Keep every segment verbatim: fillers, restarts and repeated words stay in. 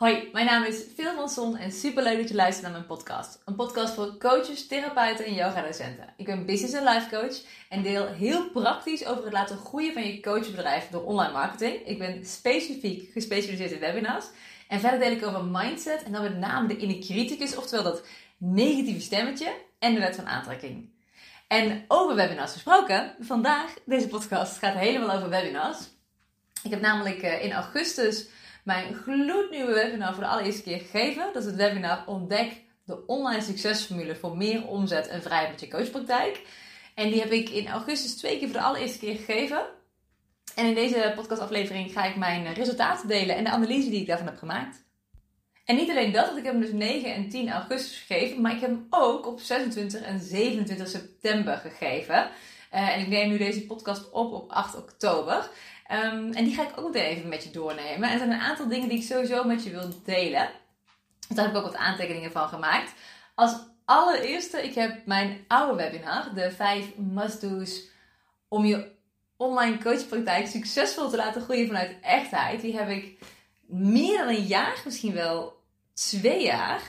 Hoi, mijn naam is Phil van Son en superleuk dat je luistert naar mijn podcast. Een podcast voor coaches, therapeuten en yogadocenten. Ik ben business en life coach en deel heel praktisch over het laten groeien van je coachbedrijf door online marketing. Ik ben specifiek gespecialiseerd in webinars. En verder deel ik over mindset en dan met name de inner criticus, oftewel dat negatieve stemmetje en de wet van aantrekking. En over webinars gesproken, vandaag, deze podcast gaat helemaal over webinars. Ik heb namelijk in augustus mijn gloednieuwe webinar voor de allereerste keer gegeven. Dat is het webinar Ontdek de online succesformule voor meer omzet en vrijheid met je coachpraktijk. En die heb ik in augustus twee keer voor de allereerste keer gegeven. En in deze podcastaflevering ga ik mijn resultaten delen en de analyse die ik daarvan heb gemaakt. En niet alleen dat, want ik heb hem dus negen en tien augustus gegeven, maar ik heb hem ook op zesentwintig en zevenentwintig september gegeven. Uh, en ik neem nu deze podcast op op acht oktober. Um, en die ga ik ook meteen even met je doornemen. En er zijn een aantal dingen die ik sowieso met je wil delen. Dus daar heb ik ook wat aantekeningen van gemaakt. Als allereerste, ik heb mijn oude webinar, de vijf must-do's om je online coachpraktijk succesvol te laten groeien vanuit echtheid. Die heb ik meer dan een jaar, misschien wel twee jaar,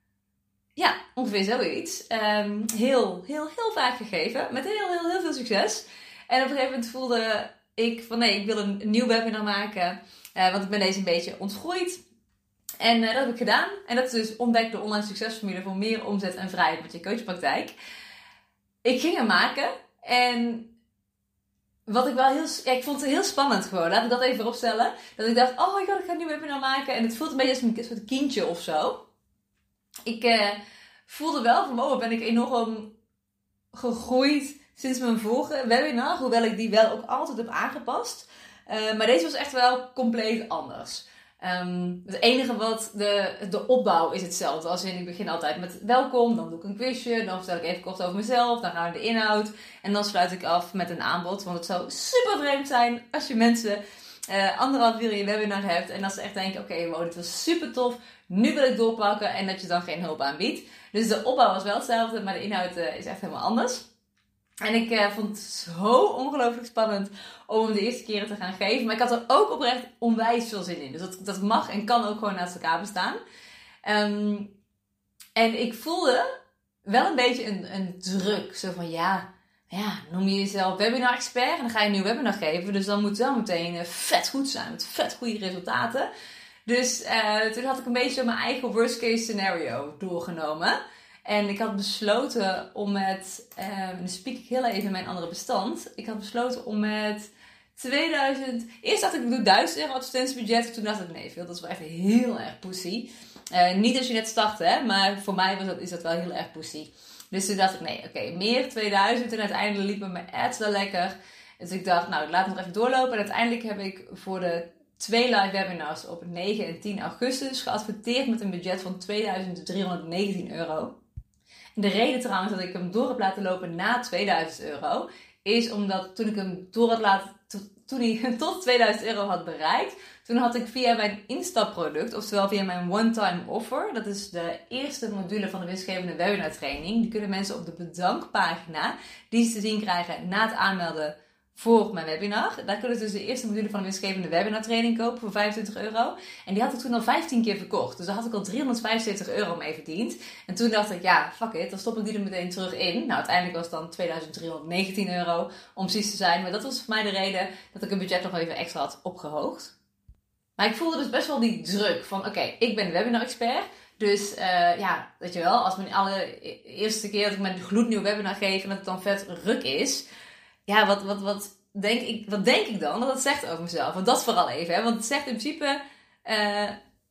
ja, ongeveer zoiets, um, heel, heel, heel vaak gegeven. Met heel, heel, heel veel succes. En op een gegeven moment voelde ik van nee, ik wil een nieuw webinar maken. Uh, want ik ben deze een beetje ontgroeid. En uh, dat heb ik gedaan. En dat is dus Ontdek de online succesformule voor meer omzet en vrijheid met je coachpraktijk. Ik ging hem maken. En wat ik wel heel... Ja, ik vond het heel spannend gewoon. Laat ik dat even opstellen. Dat ik dacht, oh my god, ik ga een nieuw webinar maken. En het voelt een beetje als een soort kindje of zo. Ik uh, voelde wel van, oh, ben ik enorm gegroeid sinds mijn vorige webinar, hoewel ik die wel ook altijd heb aangepast. Uh, maar deze was echt wel compleet anders. Um, het enige wat, de, de opbouw is hetzelfde. Als in, ik begin altijd met welkom, dan doe ik een quizje, dan vertel ik even kort over mezelf, dan gaan we de inhoud. En dan sluit ik af met een aanbod, want het zou super vreemd zijn als je mensen uh, anderhalf uur in je webinar hebt en als ze echt denken, oké, okay, wow, dit was super tof, nu wil ik doorpakken en dat je dan geen hulp aanbiedt. Dus de opbouw was wel hetzelfde, maar de inhoud uh, is echt helemaal anders. En ik uh, vond het zo ongelooflijk spannend om hem de eerste keren te gaan geven. Maar ik had er ook oprecht onwijs veel zin in. Dus dat, dat mag en kan ook gewoon naast elkaar bestaan. Um, en ik voelde wel een beetje een, een druk. Zo van ja, ja, noem je jezelf webinar-expert en dan ga je een nieuw webinar geven. Dus dan moet het wel meteen uh, vet goed zijn. Met vet goede resultaten. Dus uh, toen had ik een beetje mijn eigen worst case scenario doorgenomen. En ik had besloten om met, uh, dan spiek ik heel even mijn andere bestand. Ik had besloten om met tweeduizend, eerst dacht ik, ik doe duizend euro advertentiebudget. Toen dacht ik, nee, veel, dat is wel echt heel erg pussy. Uh, niet als je net start, hè, maar voor mij was dat, is dat wel heel erg pussy. Dus toen dacht ik, nee, oké, okay, meer tweeduizend. En uiteindelijk liepen mijn ads wel lekker. Dus ik dacht, nou, laat het nog even doorlopen. En uiteindelijk heb ik voor de twee live webinars op negen en tien augustus geadverteerd met een budget van tweeduizend driehonderdnegentien euro. De reden trouwens dat ik hem door heb laten lopen na tweeduizend euro, is omdat toen ik hem door had laten, toen hij tot tweeduizend euro had bereikt, toen had ik via mijn instapproduct, oftewel via mijn one-time offer, dat is de eerste module van de winstgevende webinar training, die kunnen mensen op de bedankpagina, die ze te zien krijgen na het aanmelden voor mijn webinar. Daar kunnen ze dus de eerste module van de winstgevende webinar training kopen voor vijfentwintig euro. En die had ik toen al vijftien keer verkocht. Dus daar had ik al driehonderdvijfenzeventig euro mee verdiend. En toen dacht ik, ja, fuck it, dan stop ik die er meteen terug in. Nou, uiteindelijk was het dan tweeduizend driehonderdnegentien euro, om precies te zijn. Maar dat was voor mij de reden dat ik een budget nog wel even extra had opgehoogd. Maar ik voelde dus best wel die druk van, oké, okay, ik ben de webinar-expert. Dus uh, ja, weet je wel, als mijn allereerste keer dat ik mijn gloednieuw webinar geef en dat het dan vet ruk is, ja, wat, wat, wat, denk ik, wat denk ik dan? Dat het zegt over mezelf. Want dat vooral even, hè. Want het zegt in principe, Uh,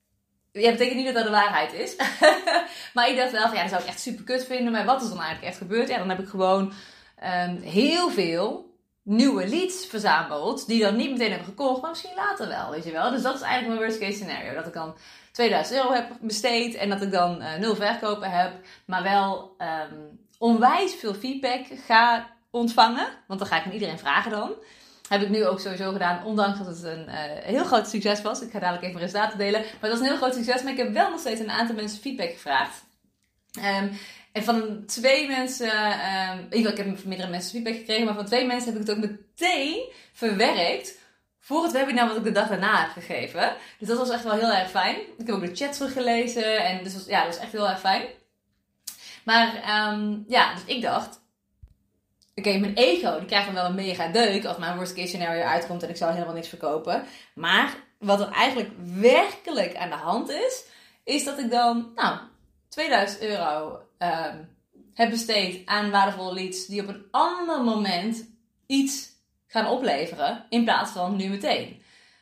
ja, betekent niet dat dat de waarheid is. Maar ik dacht wel van, ja, dat zou ik echt super kut vinden. Maar wat is dan eigenlijk echt gebeurd? Ja, dan heb ik gewoon um, heel veel nieuwe leads verzameld. Die dan niet meteen hebben gekocht, maar misschien later wel, weet je wel. Dus dat is eigenlijk mijn worst case scenario. Dat ik dan tweeduizend euro heb besteed. En dat ik dan uh, nul verkopen heb. Maar wel um, onwijs veel feedback ga ontvangen. Want dan ga ik aan iedereen vragen dan. Heb ik nu ook sowieso gedaan, ondanks dat het een uh, heel groot succes was. Ik ga dadelijk even mijn resultaten delen. Maar het was een heel groot succes, maar ik heb wel nog steeds een aantal mensen feedback gevraagd. Um, en van twee mensen, um, ik heb van meerdere mensen feedback gekregen, maar van twee mensen heb ik het ook meteen verwerkt voor het webinar wat ik de dag daarna heb gegeven. Dus dat was echt wel heel erg fijn. Ik heb ook de chat teruggelezen. En dus was, ja, dat was echt heel erg fijn. Maar um, ja, dus ik dacht... Oké, okay, mijn ego die krijgt dan wel een mega deuk als mijn worst case scenario uitkomt en ik zou helemaal niks verkopen. Maar wat er eigenlijk werkelijk aan de hand is, is dat ik dan nou, tweeduizend euro um, heb besteed aan waardevolle leads die op een ander moment iets gaan opleveren in plaats van nu meteen.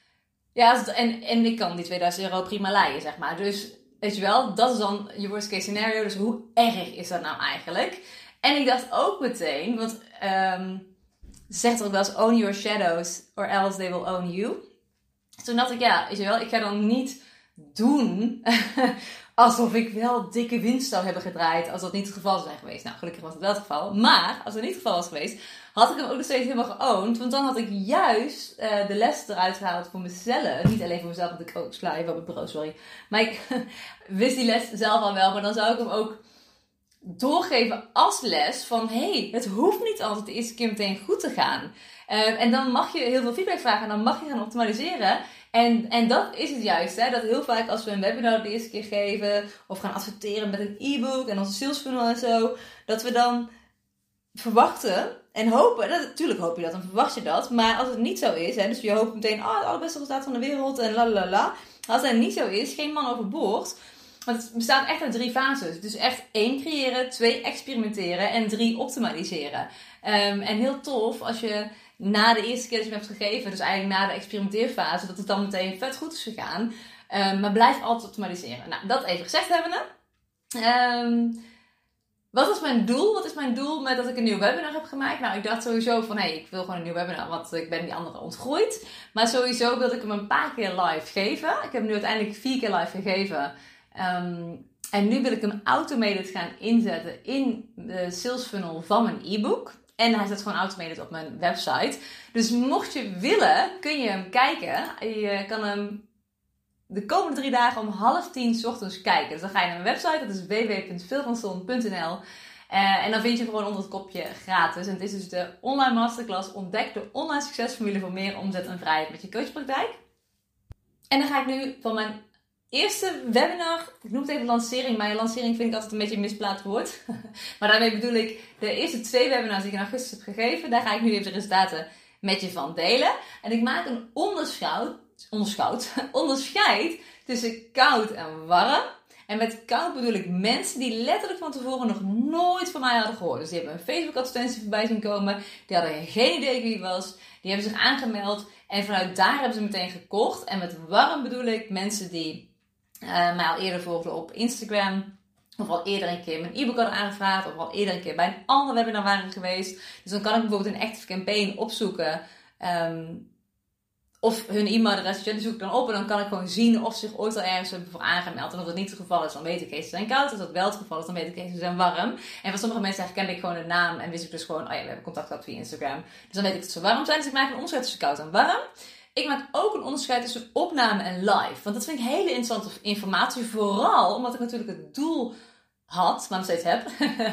Ja, en, en ik kan die tweeduizend euro prima leiden, zeg maar. Dus weet je wel, dat is dan je worst case scenario. Dus hoe erg is dat nou eigenlijk? En ik dacht ook meteen, want um, ze zegt er ook wel eens own your shadows or else they will own you. Toen dacht ik, ja, weet je wel, ik ga dan niet doen alsof ik wel dikke winst zou hebben gedraaid als dat niet het geval zou zijn geweest. Nou, gelukkig was het wel het geval. Maar als dat niet het geval was geweest, had ik hem ook nog steeds helemaal geowned. Want dan had ik juist uh, de les eruit gehaald voor mezelf. Niet alleen voor mezelf, want ik ook sla even op het bureau, sorry. Maar ik wist die les zelf al wel, maar dan zou ik hem ook doorgeven als les van hey, het hoeft niet altijd de eerste keer meteen goed te gaan. Uh, en dan mag je heel veel feedback vragen en dan mag je gaan optimaliseren. En, en dat is het juist, hè? Dat heel vaak als we een webinar de eerste keer geven of gaan adverteren met een e-book en onze sales funnel en zo, dat we dan verwachten en hopen, dat, natuurlijk hoop je dat, dan verwacht je dat, maar als het niet zo is, hè, dus je hoopt meteen, ah, oh, het allerbeste resultaat van de wereld en la la la, als het niet zo is, geen man overboord. Want het bestaat echt uit drie fases. Dus echt één creëren, twee experimenteren en drie optimaliseren. Um, en heel tof als je na de eerste keer dat je hem hebt gegeven, dus eigenlijk na de experimenteerfase, dat het dan meteen vet goed is gegaan. Um, maar blijf altijd optimaliseren. Nou, dat even gezegd hebben we. Um, wat was mijn doel? Wat is mijn doel met dat ik een nieuw webinar heb gemaakt? Nou, ik dacht sowieso van, hé, hey, ik wil gewoon een nieuw webinar, want ik ben die andere ontgroeid. Maar sowieso wilde ik hem een paar keer live geven. Ik heb hem nu uiteindelijk vier keer live gegeven. Um, en nu wil ik hem automated gaan inzetten in de sales funnel van mijn e-book. En hij staat gewoon automated op mijn website. Dus mocht je willen, kun je hem kijken. Je kan hem de komende drie dagen om half tien 's ochtends kijken. Dus dan ga je naar mijn website, dat is w w w punt philvanson punt n l. Uh, en dan vind je gewoon onder het kopje gratis. En het is dus de online masterclass Ontdek de online succesformule voor meer omzet en vrijheid met je coachpraktijk. En dan ga ik nu van mijn eerste webinar, ik noem het even lancering, maar lancering vind ik altijd een beetje een misplaatst woord. Maar daarmee bedoel ik de eerste twee webinars die ik in augustus heb gegeven. Daar ga ik nu even de resultaten met je van delen. En ik maak een onderscheid, onderscheid, onderscheid tussen koud en warm. En met koud bedoel ik mensen die letterlijk van tevoren nog nooit van mij hadden gehoord. Dus die hebben een Facebook advertentie voorbij zien komen. Die hadden geen idee wie ik was. Die hebben zich aangemeld. En vanuit daar hebben ze meteen gekocht. En met warm bedoel ik mensen die Uh, mij al eerder volgden op Instagram, of al eerder een keer mijn e-book hadden aangevraagd, of al eerder een keer bij een ander webinar waren geweest. Dus dan kan ik bijvoorbeeld een Active Campaign opzoeken, um, of hun e-mailadres, die zoek ik dan op en dan kan ik gewoon zien of ze zich ooit al ergens hebben voor aangemeld. En als dat niet het geval is, dan weet ik, hey, ze zijn koud. Als dat wel het geval is, dan weet ik, hey, ze zijn warm. En van sommige mensen herkende ik gewoon de naam en wist ik dus gewoon, oh ja, we hebben contact gehad via Instagram. Dus dan weet ik dat ze warm zijn. Dus ik maak een onderscheid tussen koud en warm. Ik maak ook een onderscheid tussen opname en live. Want dat vind ik hele interessante informatie. Vooral omdat ik natuurlijk het doel had, maar nog steeds heb,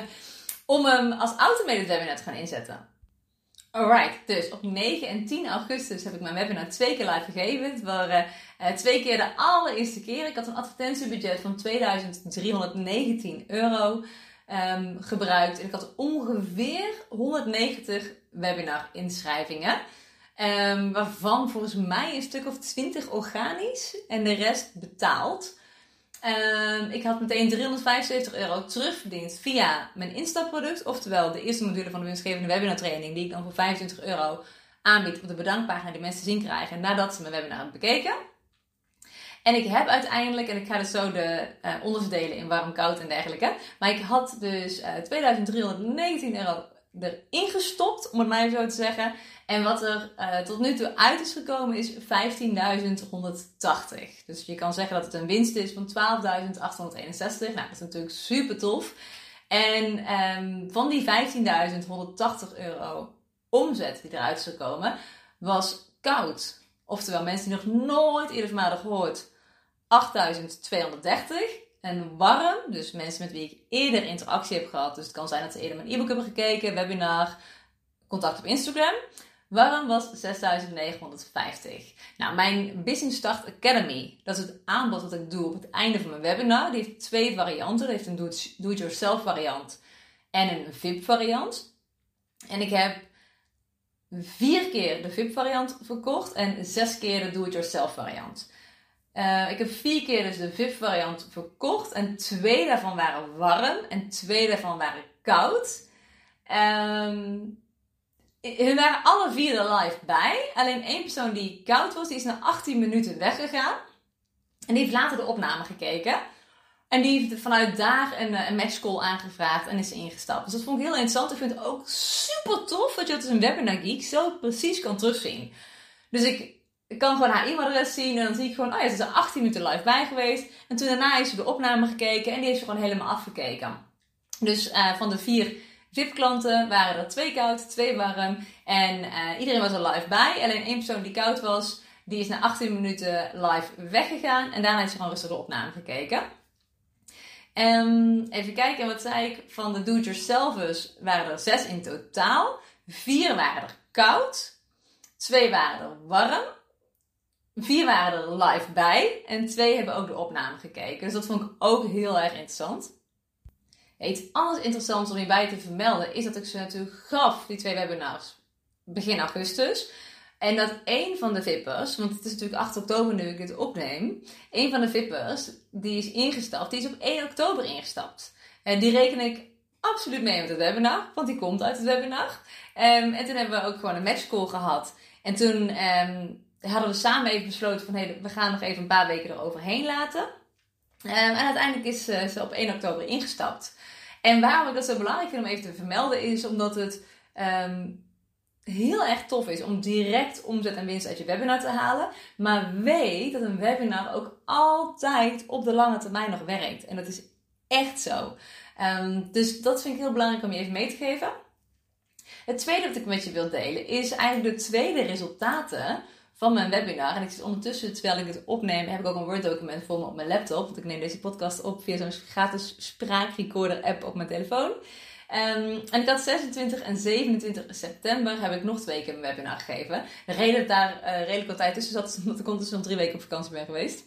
om hem als automated webinar te gaan inzetten. Alright, dus op negen en tien augustus heb ik mijn webinar twee keer live gegeven. Het waren uh, twee keer de allereerste keer. Ik had een advertentiebudget van tweeduizend driehonderdnegentien euro um, gebruikt. En ik had ongeveer honderdnegentig webinar inschrijvingen. Um, waarvan volgens mij een stuk of twintig organisch en de rest betaald. Um, ik had meteen driehonderdvijfenzeventig euro terugverdiend via mijn instapproduct. Oftewel de eerste module van de winstgevende webinar training die ik dan voor vijfentwintig euro aanbied op de bedankpagina die mensen zien krijgen nadat ze mijn webinar hebben bekeken. En ik heb uiteindelijk, en ik ga dus zo de uh, onderverdelen in warm, koud en dergelijke. Maar ik had dus uh, tweeduizend driehonderdnegentien euro erin gestopt, om het maar even zo te zeggen. En wat er uh, tot nu toe uit is gekomen is vijftienduizend honderdtachtig. Dus je kan zeggen dat het een winst is van twaalfduizend achthonderdeenenzestig. Nou, dat is natuurlijk super tof. En um, van die vijftienduizend honderdtachtig euro omzet die eruit is gekomen, was koud. Oftewel mensen die nog nooit eerder van mij hadden gehoord, achtduizend tweehonderddertig. En warm, dus mensen met wie ik eerder interactie heb gehad. Dus het kan zijn dat ze eerder mijn e-book hebben gekeken, webinar, contact op Instagram. Warm was zesduizend negenhonderdvijftig. Nou, mijn Business Start Academy, dat is het aanbod wat ik doe op het einde van mijn webinar. Die heeft twee varianten. Die heeft een do-it-yourself variant en een V I P variant. En ik heb vier keer de V I P variant verkocht en zes keer de do-it-yourself variant. Uh, ik heb vier keer dus de V I P variant verkocht en twee daarvan waren warm en twee daarvan waren koud. Um, er waren alle vier er live bij. Alleen één persoon die koud was, die is na achttien minuten weggegaan. En die heeft later de opname gekeken. En die heeft vanuit daar een, een matchcall aangevraagd en is ingestapt. Dus dat vond ik heel interessant. Ik vind het ook super tof dat je dat als een Webinar Geek zo precies kan terugzien. Dus ik, ik kan gewoon haar e-mailadres zien en dan zie ik gewoon, oh ja, ze is er achttien minuten live bij geweest. En toen daarna heeft ze de opname gekeken en die heeft ze gewoon helemaal afgekeken. Dus uh, van de vier V I P-klanten waren er twee koud, twee warm. En uh, iedereen was er live bij. Alleen één persoon die koud was, die is na achttien minuten live weggegaan. En daarna heeft ze gewoon rustig de opname gekeken. Um, even kijken, wat zei ik? Van de do-it-yourselfers waren er zes in totaal. Vier waren er koud. Twee waren er warm. Vier waren er live bij. En twee hebben ook de opname gekeken. Dus dat vond ik ook heel erg interessant. Iets anders interessants om hierbij te vermelden is dat ik ze natuurlijk gaf, die twee webinars, begin augustus. En dat één van de vippers, want het is natuurlijk acht oktober nu ik dit opneem, één van de vippers die is ingestapt, die is op één oktober ingestapt. En die reken ik absoluut mee met het webinar, want die komt uit het webinar. Um, en toen hebben we ook gewoon een matchcall gehad. En toen um, hadden we samen even besloten van, hey, we gaan nog even een paar weken eroverheen laten. Um, en uiteindelijk is uh, ze op één oktober ingestapt. En waarom ik dat zo belangrijk vind om even te vermelden is omdat het um, heel erg tof is om direct omzet en winst uit je webinar te halen. Maar weet dat een webinar ook altijd op de lange termijn nog werkt. En dat is echt zo. Um, dus dat vind ik heel belangrijk om je even mee te geven. Het tweede wat ik met je wil delen is eigenlijk de tweede resultaten van mijn webinar. En ik zit ondertussen, terwijl ik dit opneem, heb ik ook een Word document voor me op mijn laptop. Want ik neem deze podcast op via zo'n gratis spraakrecorder app op mijn telefoon. Um, en ik had zesentwintig en zevenentwintig september heb ik nog twee keer mijn webinar gegeven. De reden dat daar uh, redelijk wat tijd tussen zat, is omdat ik ondertussen nog drie weken op vakantie ben geweest.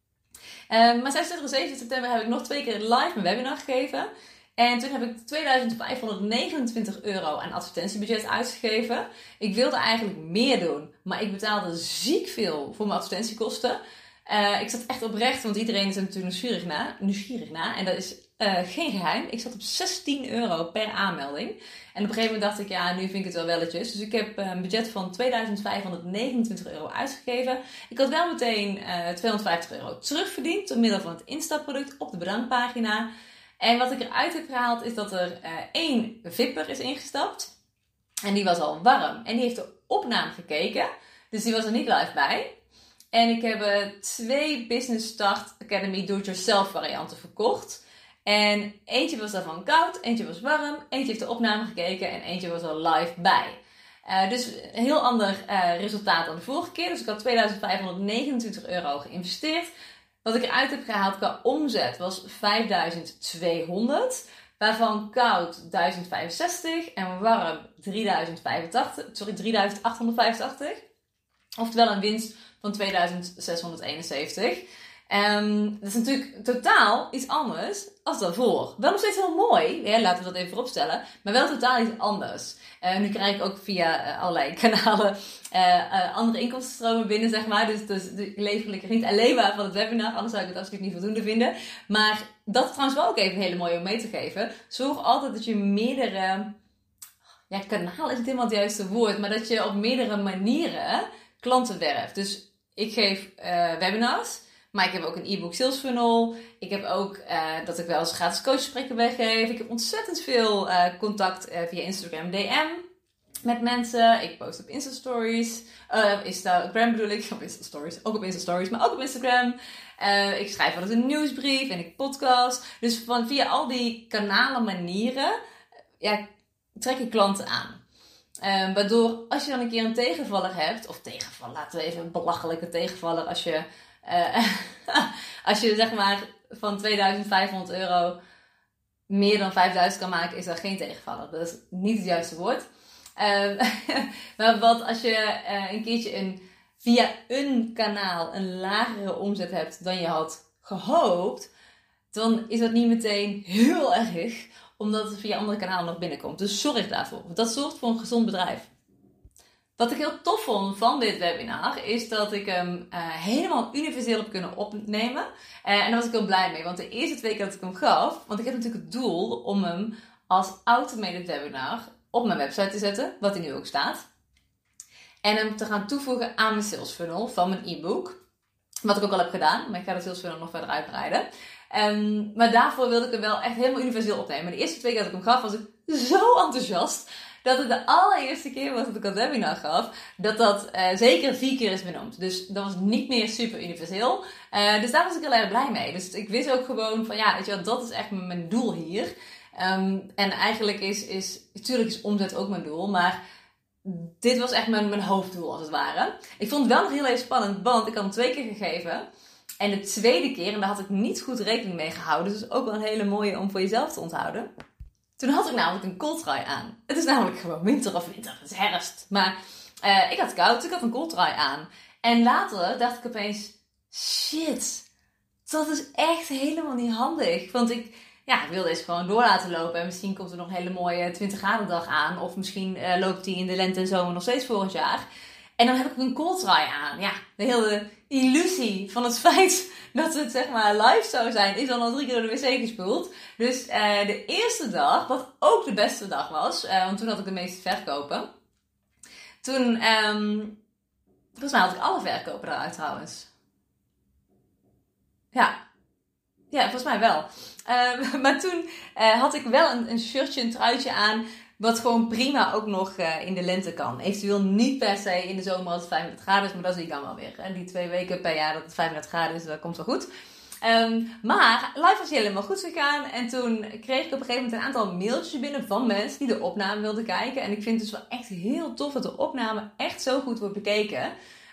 Um, maar zesentwintig en zevenentwintig september heb ik nog twee keer live mijn webinar gegeven. En toen heb ik tweeduizend vijfhonderdnegenentwintig euro aan advertentiebudget uitgegeven. Ik wilde eigenlijk meer doen, maar ik betaalde ziek veel voor mijn advertentiekosten. Uh, ik zat echt oprecht, want iedereen is er natuurlijk nieuwsgierig na. Nieuwsgierig na en dat is uh, geen geheim. Ik zat op zestien euro per aanmelding. En op een gegeven moment dacht ik, ja, nu vind ik het wel welletjes. Dus ik heb een budget van tweeduizend vijfhonderdnegenentwintig euro uitgegeven. Ik had wel meteen uh, tweehonderdvijftig euro terugverdiend door middel van het instapproduct op de bedankpagina. En wat ik eruit heb gehaald is dat er uh, één vipper is ingestapt. En die was al warm. En die heeft de opname gekeken. Dus die was er niet live bij. En ik heb uh, twee Business Start Academy Do-It-Yourself varianten verkocht. En eentje was daarvan koud, eentje was warm. Eentje heeft de opname gekeken en eentje was er live bij. Uh, dus een heel ander uh, resultaat dan de vorige keer. Dus ik had tweeduizend vijfhonderdnegenentwintig euro geïnvesteerd. Wat ik eruit heb gehaald qua omzet was vijfduizend tweehonderd. Waarvan koud duizend vijfenzestig en warm drieduizend vijfentachtig, sorry, drieduizend achthonderdvijfentachtig. Oftewel een winst van tweeduizend zeshonderdeenenzeventig. Um, dat is natuurlijk totaal iets anders als daarvoor. Wel nog steeds heel mooi, ja, laten we dat even vooropstellen. Maar wel totaal iets anders. Uh, nu krijg ik ook via uh, allerlei kanalen uh, uh, andere inkomstenstromen binnen, zeg maar. Dus, dus ik leef gelukkig niet alleen maar van het webinar. Anders zou ik het absoluut niet voldoende vinden. Maar dat is trouwens wel ook even hele mooi om mee te geven. Zorg altijd dat je meerdere... Ja, kanaal is het helemaal het juiste woord. Maar dat je op meerdere manieren klanten werft. Dus ik geef uh, webinars. Maar ik heb ook een e-book sales funnel. Ik heb ook uh, dat ik wel eens gratis coachgesprekken weggeef. Ik heb ontzettend veel uh, contact uh, via Instagram D M met mensen. Ik post op Insta Stories. Uh, Instagram bedoel ik. Op Insta Stories. Ook op Insta Stories, maar ook op Instagram. Uh, ik schrijf wel eens een nieuwsbrief en ik podcast. Dus van, via al die kanalen, manieren, ja, trek ik klanten aan. Uh, waardoor als je dan een keer een tegenvaller hebt, of tegenvaller, laten we even een belachelijke tegenvaller, als je, uh, als je zeg maar van tweeduizend vijfhonderd euro meer dan vijfduizend kan maken, is dat geen tegenvaller. Dat is niet het juiste woord. Um, maar wat als je uh, een keertje een, via een kanaal een lagere omzet hebt dan je had gehoopt, dan is dat niet meteen heel erg, omdat het via andere kanalen nog binnenkomt. Dus zorg daarvoor. Dat zorgt voor een gezond bedrijf. Wat ik heel tof vond van dit webinar, is dat ik hem uh, helemaal universeel heb kunnen opnemen. Uh, en daar was ik heel blij mee, want de eerste twee keer dat ik hem gaf, want ik heb natuurlijk het doel om hem als automated webinar op mijn website te zetten, wat hij nu ook staat. En hem te gaan toevoegen aan mijn sales funnel van mijn e-book. Wat ik ook al heb gedaan, maar ik ga de sales funnel nog verder uitbreiden. Um, maar daarvoor wilde ik hem wel echt helemaal universeel opnemen. De eerste twee keer dat ik hem gaf, was ik zo enthousiast dat het de allereerste keer was dat ik dat webinar gaf, dat dat uh, zeker vier keer is benoemd. Dus dat was niet meer super universeel. Uh, dus daar was ik heel erg blij mee. Dus ik wist ook gewoon van ja, weet je wel, dat is echt mijn doel hier. Um, en eigenlijk is, is, natuurlijk is omzet ook mijn doel, maar dit was echt mijn, mijn hoofddoel als het ware. Ik vond het wel nog heel even spannend, want ik had hem twee keer gegeven. En de tweede keer, en daar had ik niet goed rekening mee gehouden, dus ook wel een hele mooie om voor jezelf te onthouden. Toen had ik namelijk een kooltrui aan. Het is namelijk gewoon winter of winter, het is herfst. Maar uh, ik had koud, dus ik had een kooltrui aan. En later dacht ik opeens, shit, dat is echt helemaal niet handig. Want ik, ja, ik wil deze gewoon door laten lopen. En misschien komt er nog een hele mooie twintig graden dag aan. Of misschien uh, loopt die in de lente en zomer nog steeds volgend jaar. En dan heb ik een kooltrui aan. Ja, de hele illusie van het feit dat het zeg maar live zou zijn, is al drie keer door de wc gespoeld. Dus uh, de eerste dag, wat ook de beste dag was, uh, want toen had ik de meeste verkopen. Toen, um, volgens mij had ik alle verkopen eruit trouwens. Ja, ja, volgens mij wel. Uh, maar toen uh, had ik wel een, een shirtje, een truitje aan, wat gewoon prima ook nog uh, in de lente kan. Eventueel niet per se in de zomer als het vijfendertig graden is, maar dat zie ik dan wel weer. En die twee weken per jaar dat het vijfendertig graden is, dat komt wel goed. Um, maar live was helemaal goed gegaan. En toen kreeg ik op een gegeven moment een aantal mailtjes binnen van mensen die de opname wilden kijken. En ik vind het dus wel echt heel tof dat de opname echt zo goed wordt bekeken.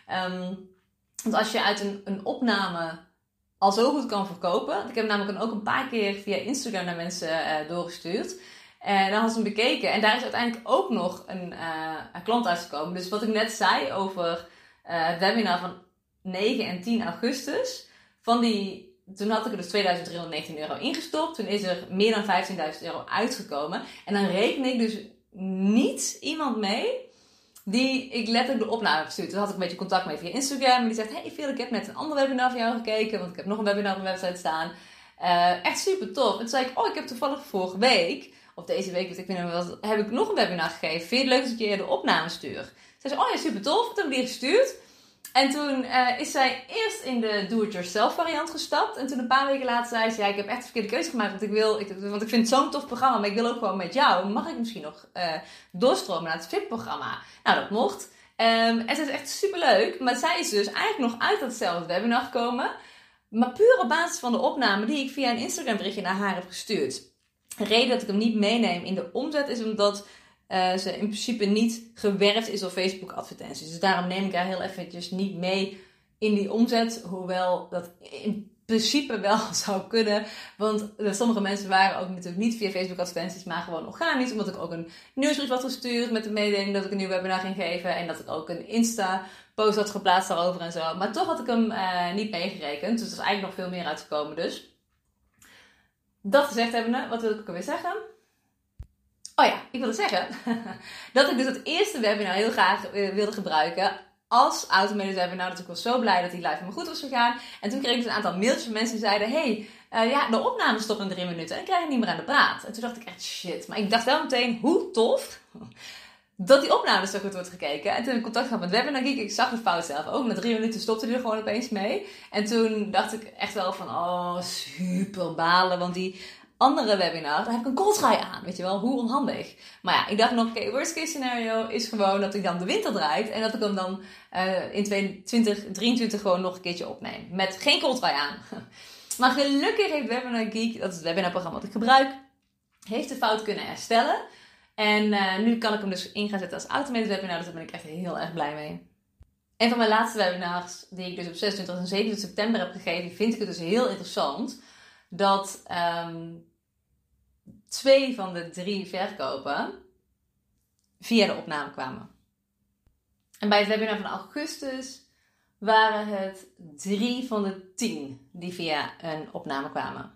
Um, want als je uit een, een opname al zo goed kan verkopen. Ik heb namelijk ook een paar keer via Instagram naar mensen uh, doorgestuurd. En dan hadden ze hem bekeken. En daar is uiteindelijk ook nog een, uh, een klant uitgekomen. Dus wat ik net zei over uh, het webinar van negen en tien augustus. Van die, toen had ik er dus tweeduizend driehonderdnegentien euro ingestopt. Toen is er meer dan vijftienduizend euro uitgekomen. En dan reken ik dus niet iemand mee die ik letterlijk de opname heb gestuurd. Toen had ik een beetje contact mee via Instagram. En die zegt, hey Phil, ik heb net een ander webinar van jou gekeken. Want ik heb nog een webinar op mijn website staan. Uh, echt super tof. En toen zei ik, oh, ik heb toevallig vorige week, of deze week, weet ik niet meer wat, heb ik nog een webinar gegeven. Vind je het leuk als ik je de opname stuur? Zij zei, oh ja, super tof. Toen heb ik die gestuurd. En toen uh, is zij eerst in de do-it-yourself variant gestapt. En toen een paar weken later zei ze, ja, ik heb echt de verkeerde keuze gemaakt. Want ik, wil, ik, want ik vind het zo'n tof programma, maar ik wil ook gewoon met jou. Mag ik misschien nog uh, doorstromen naar het V I P-programma? Nou, dat mocht. Um, en zij is echt superleuk. Maar zij is dus eigenlijk nog uit datzelfde webinar gekomen. Maar puur op basis van de opname die ik via een Instagram berichtje naar haar heb gestuurd. De reden dat ik hem niet meeneem in de omzet is omdat Uh, ze in principe niet gewerfd is door Facebook advertenties. Dus daarom neem ik haar heel eventjes niet mee in die omzet. Hoewel dat in principe wel zou kunnen. Want sommige mensen waren ook natuurlijk niet via Facebook advertenties, maar gewoon organisch. Omdat ik ook een nieuwsbrief had gestuurd met de mededeling dat ik een nieuw webinar ging geven. En dat ik ook een Insta post had geplaatst daarover en zo. Maar toch had ik hem uh, niet meegerekend. Dus er is eigenlijk nog veel meer uitgekomen dus. Dat gezegd hebbende, wat wil ik ook alweer zeggen? Oh ja, ik wilde zeggen dat ik dus het eerste webinar heel graag wilde gebruiken als automated webinar. Dus ik was zo blij dat die live helemaal goed was gegaan. En toen kreeg ik dus een aantal mailtjes van mensen die zeiden, hey, uh, ja, de opname stopt in drie minuten en ik krijg het niet meer aan de praat. En toen dacht ik echt, shit. Maar ik dacht wel meteen, hoe tof dat die opname zo goed wordt gekeken. En toen heb ik contact gehad met Webinar Geek. Ik zag de fout zelf ook. Na drie minuten stopte die er gewoon opeens mee. En toen dacht ik echt wel van, oh, super balen. Want die andere webinar, daar heb ik een kooltrui aan. Weet je wel, hoe onhandig. Maar ja, ik dacht nog, oké, okay, worst case scenario is gewoon dat ik dan de winter draait. En dat ik hem dan uh, in twintig drieëntwintig gewoon nog een keertje opneem. Met geen kooltrui aan. Maar gelukkig heeft Webinar Geek, dat is het webinarprogramma dat ik gebruik, heeft de fout kunnen herstellen. En uh, nu kan ik hem dus in gaan zetten als automated webinar. Dus daar ben ik echt heel erg blij mee. Een van mijn laatste webinars, die ik dus op zesentwintig en zevenentwintig september heb gegeven, vind ik het dus heel interessant dat um, twee van de drie verkopen via de opname kwamen. En bij het webinar van augustus waren het drie van de tien die via een opname kwamen.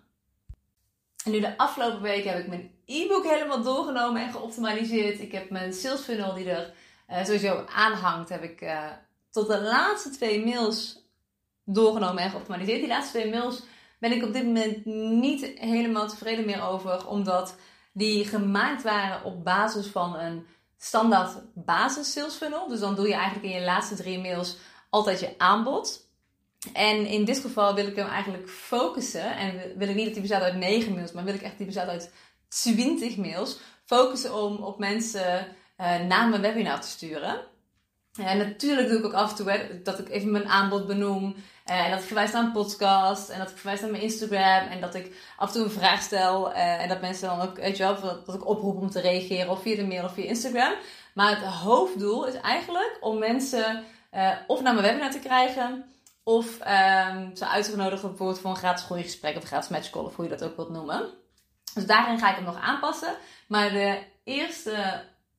En nu de afgelopen weken heb ik mijn e-book helemaal doorgenomen en geoptimaliseerd. Ik heb mijn sales funnel die er uh, sowieso aanhangt, heb ik uh, tot de laatste twee mails doorgenomen en geoptimaliseerd. Die laatste twee mails ben ik op dit moment niet helemaal tevreden meer over, omdat die gemaakt waren op basis van een standaard basis sales funnel. Dus dan doe je eigenlijk in je laatste drie mails altijd je aanbod. En in dit geval wil ik hem eigenlijk focussen. En wil ik niet dat die bestaat uit negen mails, maar wil ik echt die bestaat uit twintig mails. Focussen om op mensen uh, naar mijn webinar te sturen. En natuurlijk doe ik ook af en toe hè, dat ik even mijn aanbod benoem. Uh, en dat ik verwijs naar een podcast. En dat ik verwijs naar mijn Instagram. En dat ik af en toe een vraag stel. Uh, en dat mensen dan ook, weet je wel, dat, dat ik oproep om te reageren. Of via de mail of via Instagram. Maar het hoofddoel is eigenlijk om mensen uh, of naar mijn webinar te krijgen. Of um, ze uit te nodigen bijvoorbeeld voor een gratis groeigesprek. Of een gratis matchcall. Of hoe je dat ook wilt noemen. Dus daarin ga ik hem nog aanpassen. Maar de eerste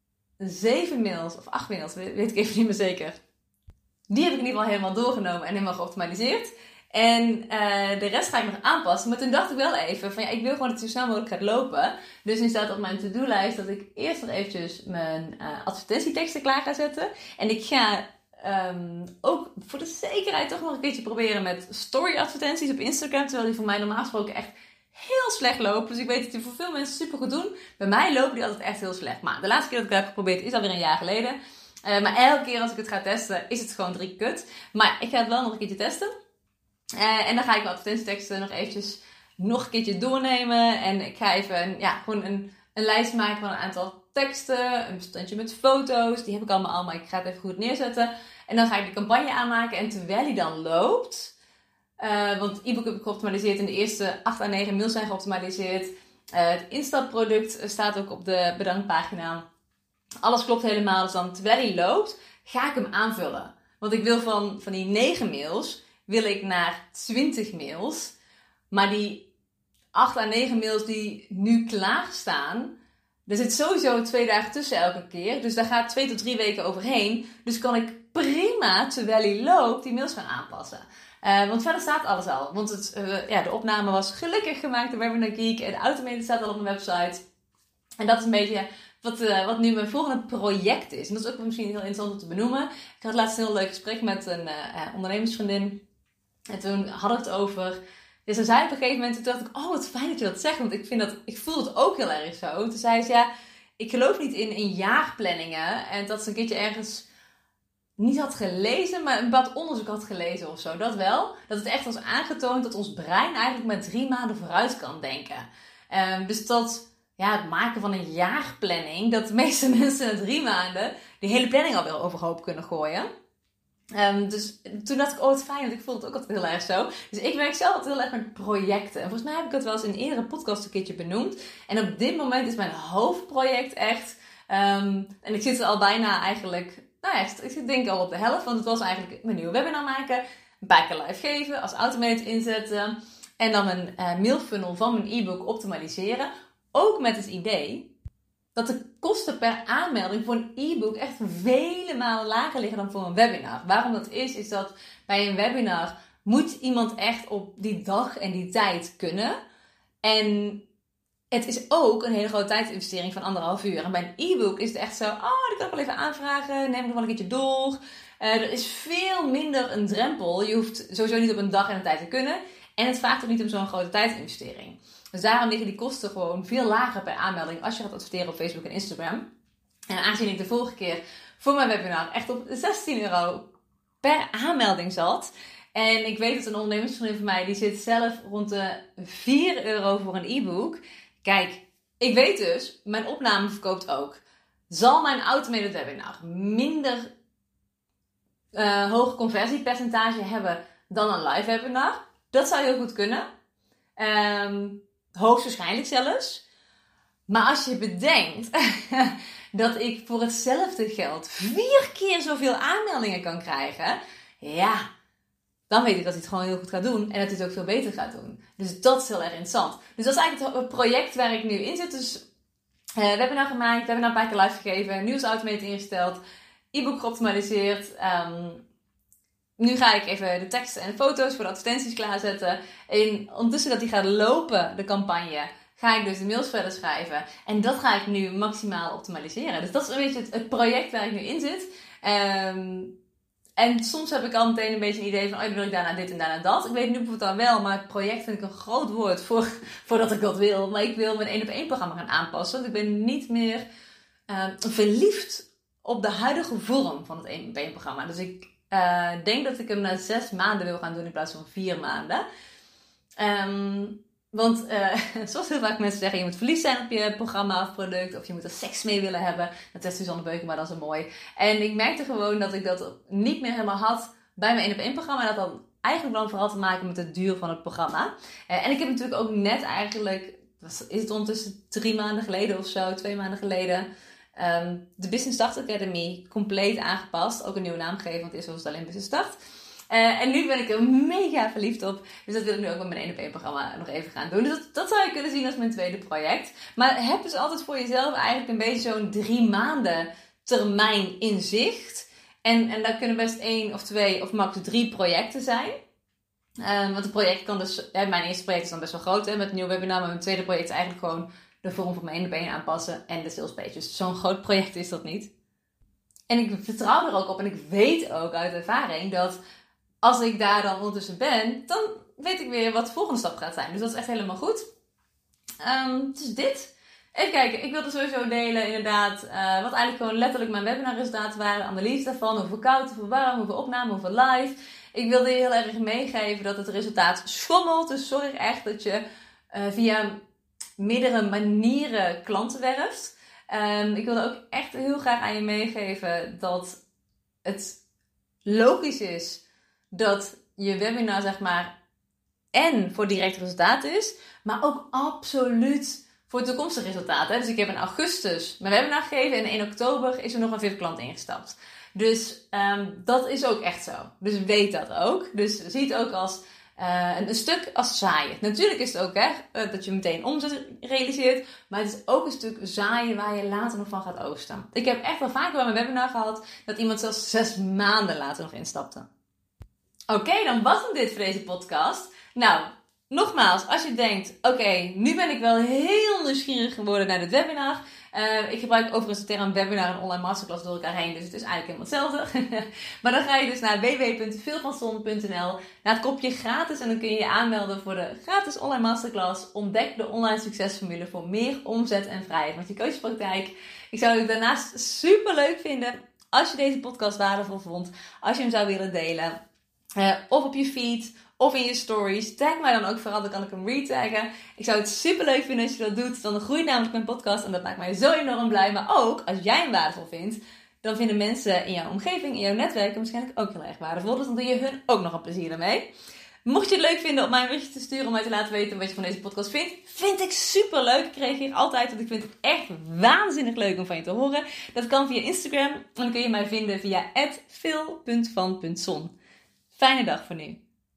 zeven mails of acht mails, weet ik even niet meer zeker. Die heb ik in ieder geval helemaal doorgenomen en helemaal geoptimaliseerd. En uh, de rest ga ik nog aanpassen. Maar toen dacht ik wel even van ja, ik wil gewoon dat het zo snel mogelijk gaat lopen. Dus nu staat op mijn to-do-lijst dat ik eerst nog eventjes mijn uh, advertentieteksten klaar ga zetten. En ik ga um, ook voor de zekerheid toch nog een keertje proberen met story advertenties op Instagram. Terwijl die voor mij normaal gesproken echt heel slecht lopen. Dus ik weet dat die voor veel mensen super goed doen. Bij mij lopen die altijd echt heel slecht. Maar de laatste keer dat ik het heb geprobeerd is alweer een jaar geleden. Uh, maar elke keer als ik het ga testen is het gewoon drie kut. Maar ik ga het wel nog een keertje testen. Uh, en dan ga ik mijn advertentieteksten nog eventjes nog een keertje doornemen. En ik ga even ja, gewoon een, een lijst maken van een aantal teksten. Een bestandje met foto's. Die heb ik allemaal al, maar ik ga het even goed neerzetten. En dan ga ik de campagne aanmaken. En terwijl die dan loopt... Uh, want het e-book heb ik geoptimaliseerd en de eerste acht à negen mails zijn geoptimaliseerd. Uh, het instapproduct staat ook op de bedankpagina. Alles klopt helemaal. Dus dan terwijl hij loopt, ga ik hem aanvullen. Want ik wil van, van die negen mails, wil ik naar twintig mails. Maar die acht à negen mails die nu klaarstaan, er zit sowieso twee dagen tussen elke keer. Dus daar gaat twee tot drie weken overheen. Dus kan ik prima, terwijl hij loopt, die mails gaan aanpassen. Uh, want verder staat alles al. Want het, uh, ja, de opname was gelukkig gemaakt door Webinar Geek. En de automated staat al op mijn website. En dat is een beetje wat, uh, wat nu mijn volgende project is. En dat is ook misschien heel interessant om te benoemen. Ik had laatst een heel leuk gesprek met een uh, ondernemersvriendin. En toen had ik het over... Dus ze zei op een gegeven moment, toen dacht ik, oh wat fijn dat je dat zegt. Want ik, vind dat, ik voel het ook heel erg zo. Toen zei ze, ja, ik geloof niet in, in jaarplanningen. En dat ze een keertje ergens... niet had gelezen, maar een bepaald onderzoek had gelezen of zo. Dat wel. Dat het echt was aangetoond dat ons brein eigenlijk met drie maanden vooruit kan denken. Um, dus dat ja, het maken van een jaarplanning, dat de meeste mensen na drie maanden die hele planning alweer overhoop kunnen gooien. Um, dus toen dacht ik, oh wat fijn, want ik voelde het ook altijd heel erg zo. Dus ik werk zelf altijd heel erg met projecten. En volgens mij heb ik het wel eens in een eerdere podcast een keertje benoemd. En op dit moment is mijn hoofdproject echt... Um, en ik zit er al bijna eigenlijk... Nou ja, ik denk al op de helft, want het was eigenlijk mijn nieuwe webinar maken. Een paar keer live geven, als automated inzetten. En dan een uh, mailfunnel van mijn e-book optimaliseren. Ook met het idee dat de kosten per aanmelding voor een e-book echt vele malen lager liggen dan voor een webinar. Waarom dat is, is dat bij een webinar moet iemand echt op die dag en die tijd kunnen. En het is ook een hele grote tijdsinvestering van anderhalf uur. En bij een e-book is het echt zo, oh, die kan ik wel even aanvragen, neem ik nog wel een keertje door. Uh, er is veel minder een drempel. Je hoeft sowieso niet op een dag en een tijd te kunnen. En het vraagt ook niet om zo'n grote tijdsinvestering. Dus daarom liggen die kosten gewoon veel lager per aanmelding als je gaat adverteren op Facebook en Instagram. En aangezien ik de vorige keer voor mijn webinar echt op zestien euro per aanmelding zat. En ik weet dat een ondernemersvriendin van mij, die zit zelf rond de vier euro voor een e-book. Kijk, ik weet dus, mijn opname verkoopt ook. Zal mijn automated webinar minder uh, hoog conversiepercentage hebben dan een live webinar? Dat zou heel goed kunnen. Um, hoogstwaarschijnlijk zelfs. Maar als je bedenkt dat ik voor hetzelfde geld vier keer zoveel aanmeldingen kan krijgen. Ja, dan weet ik dat hij het gewoon heel goed gaat doen. En dat hij het ook veel beter gaat doen. Dus dat is heel erg interessant. Dus dat is eigenlijk het project waar ik nu in zit. Dus Uh, webinar gemaakt, webinar een paar keer live gegeven, nieuwsautomaten ingesteld, e-book geoptimaliseerd. Um, nu ga ik even de teksten en foto's voor de advertenties klaarzetten. En ondertussen dat die gaat lopen, de campagne, ga ik dus de mails verder schrijven. En dat ga ik nu maximaal optimaliseren. Dus dat is een beetje het, het project waar ik nu in zit. Um, en soms heb ik al meteen een beetje een idee van, oh, dan wil ik daarna dit en daarna dat. Ik weet nu bijvoorbeeld al wel, maar het project vind ik een groot woord voor, voordat ik dat wil. Maar ik wil mijn één op één programma gaan aanpassen. Want ik ben niet meer uh, verliefd op de huidige vorm van het één op één programma. Dus ik uh, denk dat ik hem na zes maanden wil gaan doen in plaats van vier maanden. Um, Want uh, zoals heel vaak mensen zeggen, je moet verliefd zijn op je programma of product. Of je moet er seks mee willen hebben. Dat is Suzanne Beukema, maar dat is zo mooi. En ik merkte gewoon dat ik dat niet meer helemaal had bij mijn één op één programma. Dat had eigenlijk dan vooral te maken met de duur van het programma. Uh, en ik heb natuurlijk ook net eigenlijk, is het ondertussen drie maanden geleden of zo, twee maanden geleden, um, de Business Start Academy compleet aangepast. Ook een nieuwe naam gegeven, want eerst was het alleen Business Start. Uh, en nu ben ik er mega verliefd op. Dus dat wil ik nu ook met mijn één op één programma nog even gaan doen. Dus dat, dat zou je kunnen zien als mijn tweede project. Maar heb dus altijd voor jezelf eigenlijk een beetje zo'n drie maanden termijn in zicht. En, en daar kunnen best één of twee of max drie projecten zijn. Um, want het project kan dus... Ja, mijn eerste project is dan best wel groot, hè, met een nieuw webinar. Maar mijn tweede project is eigenlijk gewoon de vorm van mijn één op één aanpassen en de sales pages. Zo'n groot project is dat niet. En ik vertrouw er ook op en ik weet ook uit ervaring dat als ik daar dan ondertussen ben, dan weet ik weer wat de volgende stap gaat zijn. Dus dat is echt helemaal goed. Um, dus dit. Even kijken, ik wilde sowieso delen inderdaad uh, wat eigenlijk gewoon letterlijk mijn webinarresultaten waren. Analyse daarvan, hoeveel koud, hoeveel warm, hoeveel opname, hoeveel live. Ik wilde je heel erg meegeven dat het resultaat schommelt. Dus zorg echt dat je uh, via meerdere manieren klanten werft. Um, ik wilde ook echt heel graag aan je meegeven dat het logisch is dat je webinar, zeg maar, en voor direct resultaat is, maar ook absoluut voor toekomstig resultaat. Hè? Dus ik heb in augustus mijn webinar gegeven en in oktober is er nog een V I P-klant ingestapt. Dus um, dat is ook echt zo. Dus weet dat ook. Dus zie het ook als uh, een, een stuk als zaaien. Natuurlijk is het ook hè, dat je meteen omzet realiseert, maar het is ook een stuk zaaien waar je later nog van gaat oogsten. Ik heb echt wel vaker bij mijn webinar gehad dat iemand zelfs zes maanden later nog instapte. Oké, okay, dan was het dit voor deze podcast. Nou, nogmaals, als je denkt, oké, okay, nu ben ik wel heel nieuwsgierig geworden naar dit webinar. Uh, ik gebruik overigens de term webinar en online masterclass door elkaar heen, dus het is eigenlijk helemaal hetzelfde. Maar dan ga je dus naar w w w punt veelvanson punt n l, naar het kopje gratis en dan kun je je aanmelden voor de gratis online masterclass. Ontdek de online succesformule voor meer omzet en vrijheid met je coachpraktijk. Ik zou het daarnaast super leuk vinden als je deze podcast waardevol vond, als je hem zou willen delen. Uh, of op je feed, of in je stories. Tag mij dan ook vooral, dan kan ik hem retaggen. Ik zou het super leuk vinden als je dat doet. Dan groeit namelijk mijn podcast en dat maakt mij zo enorm blij. Maar ook, als jij hem waardevol vindt, dan vinden mensen in jouw omgeving, in jouw netwerken waarschijnlijk ook heel erg waardevol. Dus dan doe je hun ook nog een plezier ermee. Mocht je het leuk vinden om mij een berichtje te sturen om mij te laten weten wat je van deze podcast vindt, vind ik super leuk. Ik reageer altijd, want ik vind het echt waanzinnig leuk om van je te horen. Dat kan via Instagram en dan kun je mij vinden via at veel punt van punt son. Fijne dag voor nu.